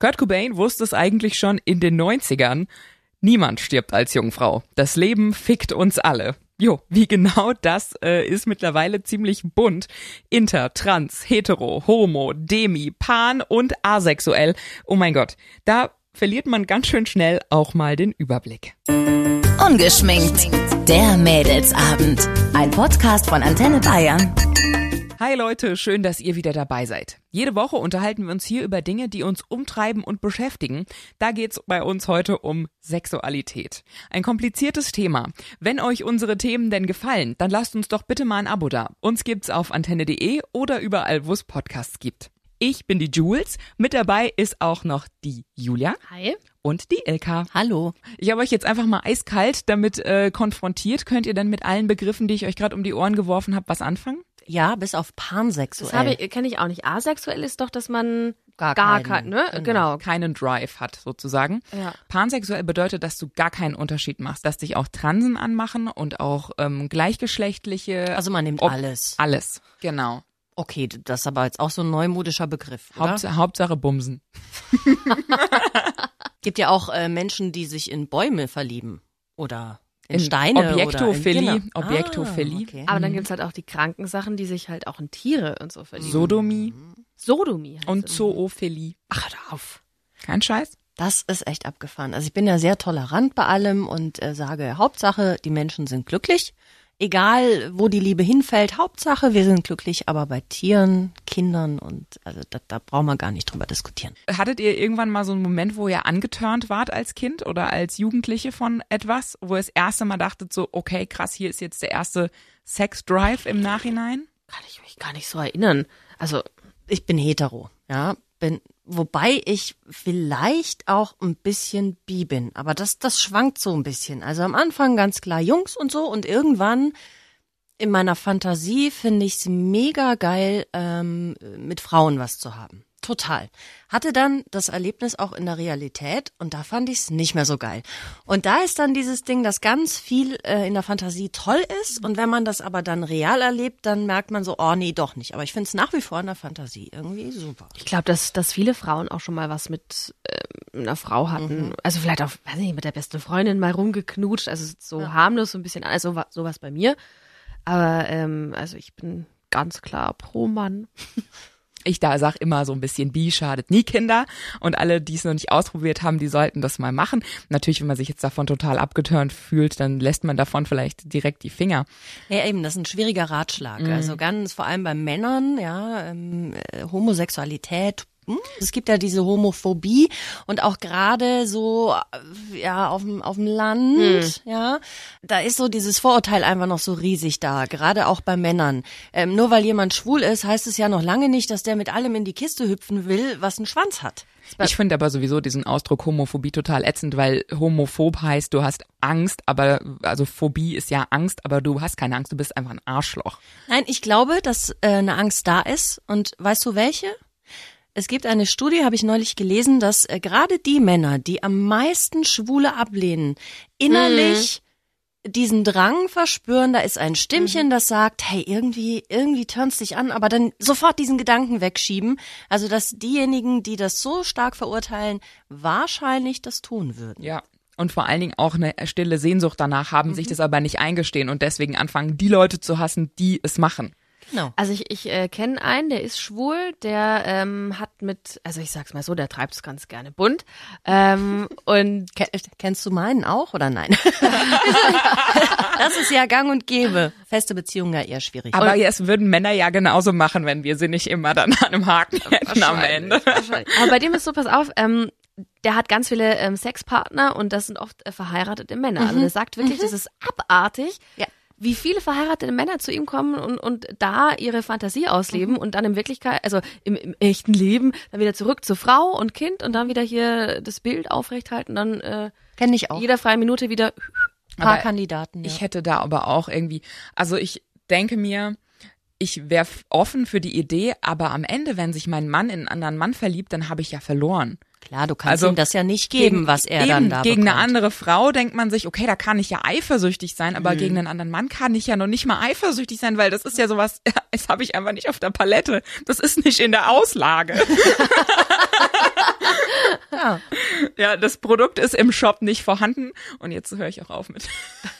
Kurt Cobain wusste es eigentlich schon in den 90ern. Niemand stirbt als Jungfrau. Das Leben fickt uns alle. Jo, wie genau das ist mittlerweile ziemlich bunt. Inter, trans, hetero, homo, demi, pan und asexuell. Oh mein Gott, da verliert man ganz schön schnell auch mal den Überblick. Ungeschminkt. Der Mädelsabend. Ein Podcast von Antenne Bayern. Hi Leute, schön, dass ihr wieder dabei seid. Jede Woche unterhalten wir uns hier über Dinge, die uns umtreiben und beschäftigen. Da geht's bei uns heute um Sexualität. Ein kompliziertes Thema. Wenn euch unsere Themen denn gefallen, dann lasst uns doch bitte mal ein Abo da. Uns gibt's auf antenne.de oder überall, wo es Podcasts gibt. Ich bin die Jules, mit dabei ist auch noch die Julia. Hi. Und die Ilka. Hallo. Ich habe euch jetzt einfach mal eiskalt damit konfrontiert. Könnt ihr denn mit allen Begriffen, die ich euch gerade um die Ohren geworfen habe, was anfangen? Ja, bis auf pansexuell. Das kenne ich auch nicht. Asexuell ist doch, dass man Gar keinen, keinen, ne? Genau. Keinen Drive hat sozusagen. Ja. Pansexuell bedeutet, dass du gar keinen Unterschied machst, dass dich auch Transen anmachen und auch gleichgeschlechtliche. Also man nimmt alles. Alles, genau. Okay, das ist aber jetzt auch so ein neumodischer Begriff, oder? Hauptsache Bumsen. Gibt ja auch Menschen, die sich in Bäume verlieben oder in Steine Objektophilie. oder Objektophilie. Okay. Aber dann gibt's halt auch die kranken Sachen, die sich halt auch in Tiere und so verlieben. Sodomie Sodomie. heißt und es. Zoophilie. Ach, hör auf. Kein Scheiß. Das ist echt abgefahren. Also ich bin ja sehr tolerant bei allem und sage, Hauptsache, die Menschen sind glücklich. Egal, wo die Liebe hinfällt, Hauptsache, wir sind glücklich, aber bei Tieren, Kindern und also da brauchen wir gar nicht drüber diskutieren. Hattet ihr irgendwann mal so einen Moment, wo ihr angetörnt wart als Kind oder als Jugendliche von etwas, wo ihr das erste Mal dachtet so, okay, krass, hier ist jetzt der erste Sex-Drive im Nachhinein? Kann ich mich gar nicht so erinnern. Also, Ich bin hetero, ja, wobei ich vielleicht auch ein bisschen bi bin, aber das schwankt so ein bisschen. Also am Anfang ganz klar Jungs und so und irgendwann in meiner Fantasie finde ich es mega geil, mit Frauen was zu haben. Total. Hatte dann das Erlebnis auch in der Realität und da fand ich es nicht mehr so geil. Und da ist dann dieses Ding, dass ganz viel in der Fantasie toll ist und wenn man das aber dann real erlebt, dann merkt man so, oh nee, doch nicht. Aber ich finde es nach wie vor in der Fantasie irgendwie super. ich glaube, dass viele Frauen auch schon mal was mit einer Frau hatten. Also vielleicht auch, weiß nicht, mit der besten Freundin mal rumgeknutscht. Also so harmlos, so ein bisschen, also sowas bei mir. Aber also ich bin ganz klar pro Mann. Ich sag immer so ein bisschen, bi schadet nie Kinder und alle, die es noch nicht ausprobiert haben, die sollten das mal machen. Natürlich, wenn man sich jetzt davon total abgeturnt fühlt, dann lässt man davon vielleicht direkt die Finger. Ja eben, das ist ein schwieriger Ratschlag. Also ganz vor allem bei Männern, ja, Homosexualität. Es gibt ja diese Homophobie und auch gerade so ja auf dem Land, ja, da ist so dieses Vorurteil einfach noch so riesig da, gerade auch bei Männern. Nur weil jemand schwul ist, heißt es ja noch lange nicht, dass der mit allem in die Kiste hüpfen will, was einen Schwanz hat. Ich finde aber sowieso diesen Ausdruck Homophobie total ätzend, weil homophob heißt, du hast Angst, aber, also Phobie ist ja Angst, aber du hast keine Angst, du bist einfach ein Arschloch. Nein, ich glaube, dass eine Angst da ist und weißt du welche? Es gibt eine Studie, habe ich neulich gelesen, dass gerade die Männer, die am meisten Schwule ablehnen, innerlich diesen Drang verspüren, da ist ein Stimmchen, das sagt, hey, irgendwie turnt's dich an, aber dann sofort diesen Gedanken wegschieben. Also, dass diejenigen, die das so stark verurteilen, wahrscheinlich das tun würden. Ja. Und vor allen Dingen auch eine stille Sehnsucht danach haben, sich das aber nicht eingestehen und deswegen anfangen, die Leute zu hassen, die es machen. Genau. Also ich kenne einen, der ist schwul, der hat also ich sag's mal so, der treibt es ganz gerne bunt. Und Kennst du meinen auch oder nein? Das ist ja gang und gäbe. Feste Beziehungen ja eher schwierig. Aber es würden Männer ja genauso machen, wenn wir sie nicht immer dann an einem Haken hätten am Ende. Aber bei dem ist so, pass auf, der hat ganz viele Sexpartner und das sind oft verheiratete Männer. Also der sagt wirklich, das ist abartig. Ja. Wie viele verheiratete Männer zu ihm kommen und da ihre Fantasie ausleben und dann in Wirklichkeit, also im echten Leben, dann wieder zurück zur Frau und Kind und dann wieder hier das Bild aufrechthalten, dann Kenn ich auch. jeder freien Minute wieder. Paar Aber Kandidaten. Ja. Ich hätte da aber auch irgendwie, also ich denke mir, ich wäre offen für die Idee, aber am Ende, wenn sich mein Mann in einen anderen Mann verliebt, dann habe ich ja verloren. Klar, du kannst ihm das ja nicht geben, was er dann da gegen bekommt. eine andere Frau denkt man sich, okay, da kann ich ja eifersüchtig sein, aber gegen einen anderen Mann kann ich ja noch nicht mal eifersüchtig sein, weil das ist ja sowas, das habe ich einfach nicht auf der Palette. Das ist nicht in der Auslage. Ja, das Produkt ist im Shop nicht vorhanden und jetzt höre ich auch auf mit.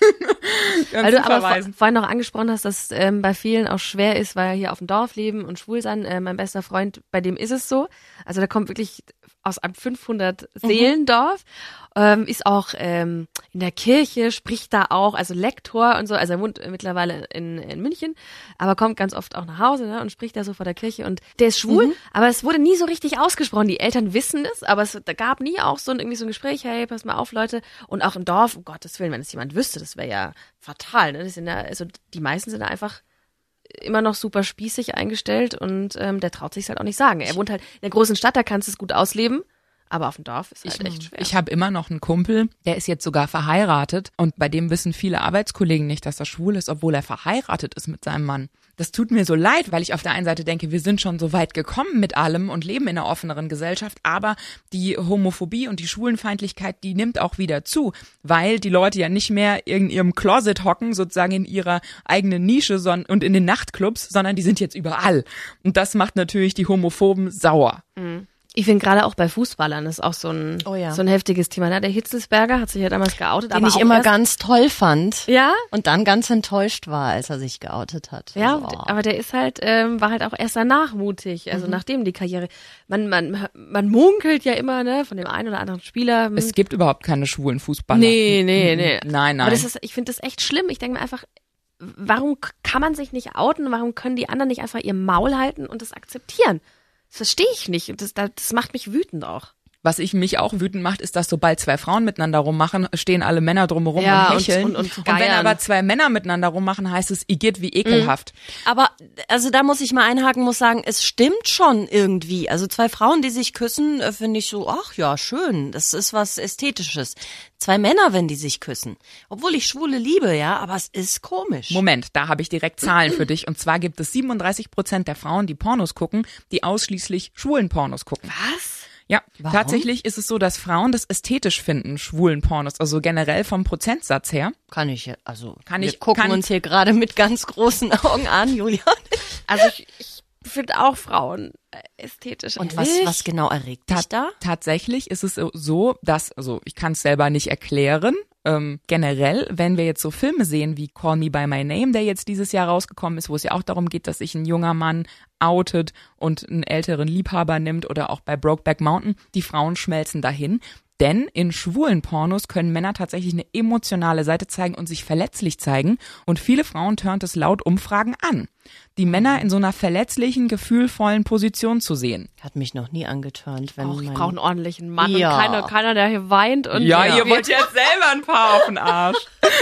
Weil du aber vorhin noch angesprochen hast, dass bei vielen auch schwer ist, weil wir hier auf dem Dorf leben und schwul sein. Mein bester Freund, bei dem ist es so. Also der kommt wirklich aus einem 500-Seelendorf, ist auch in der Kirche, spricht da auch, also Lektor und so. Also er wohnt mittlerweile in München, aber kommt ganz oft auch nach Hause, ne, und spricht da so vor der Kirche. Und der ist schwul, aber es wurde nie so richtig ausgesprochen. Die Eltern wissen es, aber da gab nie auch irgendwie so ein Gespräch, hey, pass mal auf, Leute. Und auch im Dorf, um Gottes Willen, wenn es jemand wüsste, das wäre ja fatal. Ne? Das sind ja, also die meisten sind da einfach immer noch super spießig eingestellt und der traut sich's halt auch nicht sagen. Er wohnt halt in der großen Stadt, da kannst du es gut ausleben. Aber auf dem Dorf ist halt echt schwer. Ich habe immer noch einen Kumpel, der ist jetzt sogar verheiratet und bei dem wissen viele Arbeitskollegen nicht, dass er schwul ist, obwohl er verheiratet ist mit seinem Mann. Das tut mir so leid, weil ich auf der einen Seite denke, wir sind schon so weit gekommen mit allem und leben in einer offeneren Gesellschaft, aber die Homophobie und die Schwulenfeindlichkeit, die nimmt auch wieder zu, weil die Leute ja nicht mehr in ihrem Closet hocken, sozusagen in ihrer eigenen Nische und in den Nachtclubs, sondern die sind jetzt überall. Und das macht natürlich die Homophoben sauer. Mhm. Ich finde gerade auch bei Fußballern ist auch so ein heftiges Thema. Ne? Der Hitzelsberger hat sich ja damals geoutet. Den ich immer ganz toll fand. Ja? Und dann ganz enttäuscht war, als er sich geoutet hat. Ja, also, aber der ist halt, war halt auch erst danach mutig. Also nachdem die Karriere. Man munkelt ja immer, ne, von dem einen oder anderen Spieler. Es gibt überhaupt keine schwulen Fußballer. Nee. Nein. Aber ich finde das echt schlimm. Ich denke mir einfach, warum kann man sich nicht outen? Warum können die anderen nicht einfach ihr Maul halten und das akzeptieren? Das verstehe ich nicht. Das macht mich wütend auch. Was mich auch wütend macht, ist, dass sobald zwei Frauen miteinander rummachen, stehen alle Männer drumherum und hecheln. Und wenn aber zwei Männer miteinander rummachen, heißt es, igitt, wie ekelhaft. Aber also da muss ich mal einhaken, muss sagen, es stimmt schon irgendwie. Also zwei Frauen, die sich küssen, finde ich so, ach ja, schön. Das ist was Ästhetisches. Zwei Männer, wenn die sich küssen. Obwohl ich Schwule liebe, ja, aber es ist komisch. Moment, da habe ich direkt Zahlen für dich. Und zwar gibt es 37% der Frauen, die Pornos gucken, die ausschließlich schwulen Pornos gucken. Was? Ja, Warum? Tatsächlich ist es so, dass Frauen das ästhetisch finden, schwulen Pornos, also generell vom Prozentsatz her. Wir gucken uns hier gerade mit ganz großen Augen an, Julian. Also ich finde auch Frauen ästhetisch. Und was genau erregt dich da? Tatsächlich ist es so, dass, also ich kann es selber nicht erklären, generell, wenn wir jetzt so Filme sehen wie Call Me By My Name, der jetzt dieses Jahr rausgekommen ist, wo es ja auch darum geht, dass sich ein junger Mann outet und einen älteren Liebhaber nimmt, oder auch bei Brokeback Mountain, die Frauen schmelzen dahin. Denn in schwulen Pornos können Männer tatsächlich eine emotionale Seite zeigen und sich verletzlich zeigen. Und viele Frauen turnt es laut Umfragen an, die Männer in so einer verletzlichen, gefühlvollen Position zu sehen. Hat mich noch nie angeturnt. Ich brauche einen ordentlichen Mann und keiner, der hier weint. Und ihr wollt jetzt selber ein paar auf den Arsch.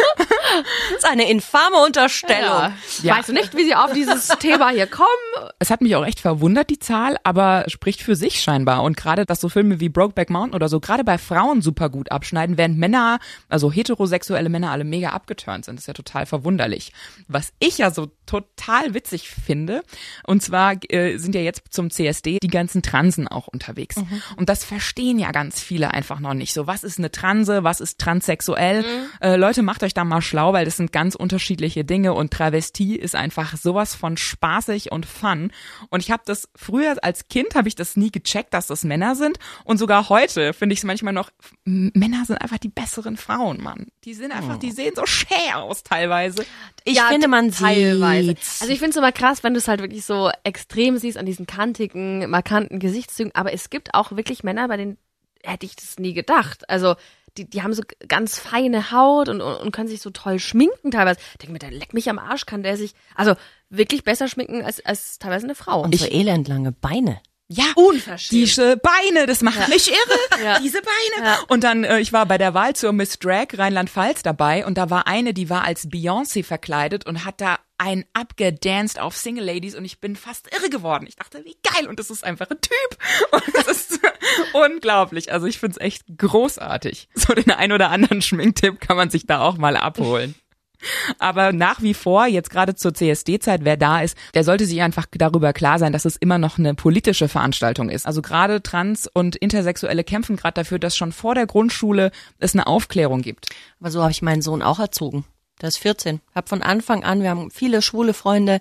Das ist eine infame Unterstellung. Ja. Weißt du nicht, wie sie auf dieses Thema hier kommen? Es hat mich auch echt verwundert, die Zahl, aber spricht für sich scheinbar. Und gerade, dass so Filme wie Brokeback Mountain oder so gerade bei Frauen super gut abschneiden, während Männer, also heterosexuelle Männer, alle mega abgeturnt sind. Das ist ja total verwunderlich. Was ich ja so total witzig finde, und zwar sind ja jetzt zum CSD die ganzen Transen auch unterwegs. Und das verstehen ja ganz viele einfach noch nicht. So, was ist eine Transe, was ist transsexuell? Leute, macht euch da mal schlau, weil das sind ganz unterschiedliche Dinge und Travestie ist einfach sowas von spaßig und fun. Und ich habe das früher als Kind, habe ich das nie gecheckt, dass das Männer sind, und sogar heute finde ich es manchmal noch, Männer sind einfach die besseren Frauen, Mann. Die sind einfach, die sehen so schä aus teilweise. Ich finde, man teilweise. sieht's. Also ich finde es immer krass, wenn du es halt wirklich so extrem siehst an diesen kantigen, markanten Gesichtszügen, aber es gibt auch wirklich Männer, bei denen hätte ich das nie gedacht. Also die haben so ganz feine Haut und können sich so toll schminken teilweise. Ich denke mir, der leckt mich am Arsch, kann der sich also wirklich besser schminken als teilweise eine Frau. Und so elendlange Beine. Ja, unverschämt. Diese Beine, das macht mich irre, Ja. diese Beine. Ja. Und dann, ich war bei der Wahl zur Miss Drag Rheinland-Pfalz dabei und da war eine, die war als Beyoncé verkleidet und hat da einen abgedanced auf Single Ladies und ich bin fast irre geworden. Ich dachte, wie geil, und das ist einfach ein Typ. Und das ist unglaublich. Also ich find's echt großartig. So den ein oder anderen Schminktipp kann man sich da auch mal abholen. Aber nach wie vor, jetzt gerade zur CSD-Zeit, wer da ist, der sollte sich einfach darüber klar sein, dass es immer noch eine politische Veranstaltung ist. Also gerade Trans- und Intersexuelle kämpfen gerade dafür, dass schon vor der Grundschule es eine Aufklärung gibt. Aber so habe ich meinen Sohn auch erzogen. Der ist 14. Hab von Anfang an, wir haben viele schwule Freunde,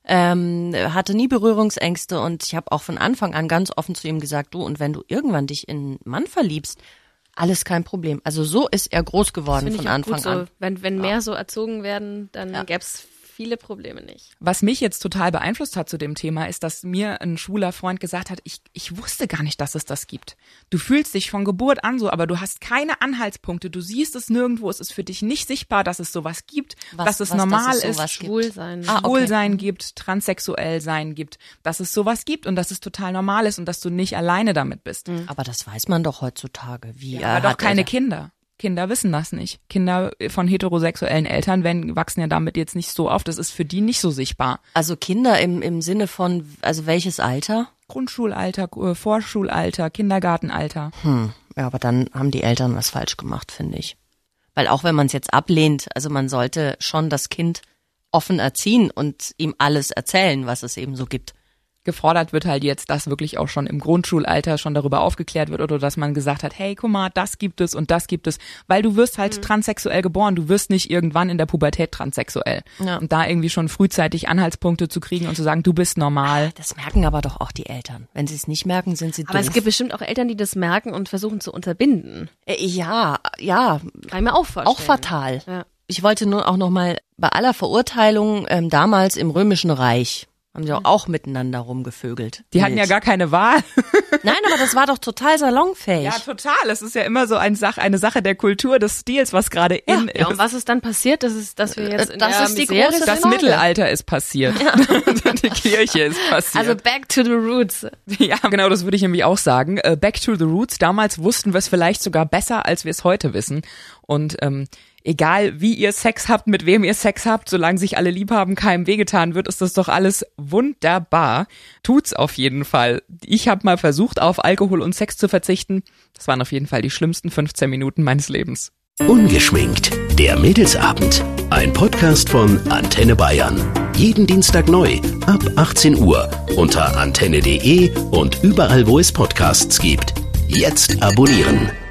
hatte nie Berührungsängste und ich habe auch von Anfang an ganz offen zu ihm gesagt, du, und wenn du irgendwann dich in einen Mann verliebst, alles kein Problem. Also so ist er groß geworden von Anfang an. Wenn mehr so erzogen werden, dann gäb's viele Probleme nicht. Was mich jetzt total beeinflusst hat zu dem Thema, ist, dass mir ein schwuler Freund gesagt hat, ich wusste gar nicht, dass es das gibt. Du fühlst dich von Geburt an so, aber du hast keine Anhaltspunkte. Du siehst es nirgendwo. Es ist für dich nicht sichtbar, dass es sowas gibt, dass es normal ist. Schwulsein gibt, transsexuell sein gibt, dass es sowas gibt und dass es total normal ist und dass du nicht alleine damit bist. Aber das weiß man doch heutzutage. Aber doch keine Kinder. Kinder wissen das nicht. Kinder von heterosexuellen Eltern wachsen ja damit jetzt nicht so auf. Das ist für die nicht so sichtbar. Also Kinder im Sinne von, also welches Alter? Grundschulalter, Vorschulalter, Kindergartenalter. Ja, aber dann haben die Eltern was falsch gemacht, finde ich. Weil auch wenn man es jetzt ablehnt, also man sollte schon das Kind offen erziehen und ihm alles erzählen, was es eben so gibt. Gefordert wird halt jetzt, dass wirklich auch schon im Grundschulalter schon darüber aufgeklärt wird oder dass man gesagt hat, hey, guck mal, das gibt es und das gibt es, weil du wirst halt transsexuell geboren, du wirst nicht irgendwann in der Pubertät transsexuell. Ja. Und da irgendwie schon frühzeitig Anhaltspunkte zu kriegen und zu sagen, du bist normal. Das merken aber doch auch die Eltern. Wenn sie es nicht merken, sind sie doof. Aber es gibt bestimmt auch Eltern, die das merken und versuchen zu unterbinden. Ja. Kann ich mir auch vorstellen. Auch fatal. Ja. Ich wollte nur auch noch mal bei aller Verurteilung damals im Römischen Reich haben sie auch miteinander rumgevögelt. Die hatten ja gar keine Wahl. Nein, aber das war doch total salonfähig. Ja, total. Es ist ja immer so eine Sache der Kultur, des Stils, was gerade in ist. Ja, und was ist dann passiert? Dass wir jetzt das Mittelalter ist passiert. Ja. Die Kirche ist passiert. Also back to the roots. Ja, genau, das würde ich nämlich auch sagen. Back to the roots. Damals wussten wir es vielleicht sogar besser, als wir es heute wissen. Und egal wie ihr Sex habt, mit wem ihr Sex habt, solange sich alle lieb haben, keinem wehgetan wird, ist das doch alles wunderbar. Tut's auf jeden Fall. Ich habe mal versucht, auf Alkohol und Sex zu verzichten. Das waren auf jeden Fall die schlimmsten 15 Minuten meines Lebens. Ungeschminkt. Der Mädelsabend. Ein Podcast von Antenne Bayern. Jeden Dienstag neu ab 18 Uhr unter antenne.de und überall, wo es Podcasts gibt. Jetzt abonnieren.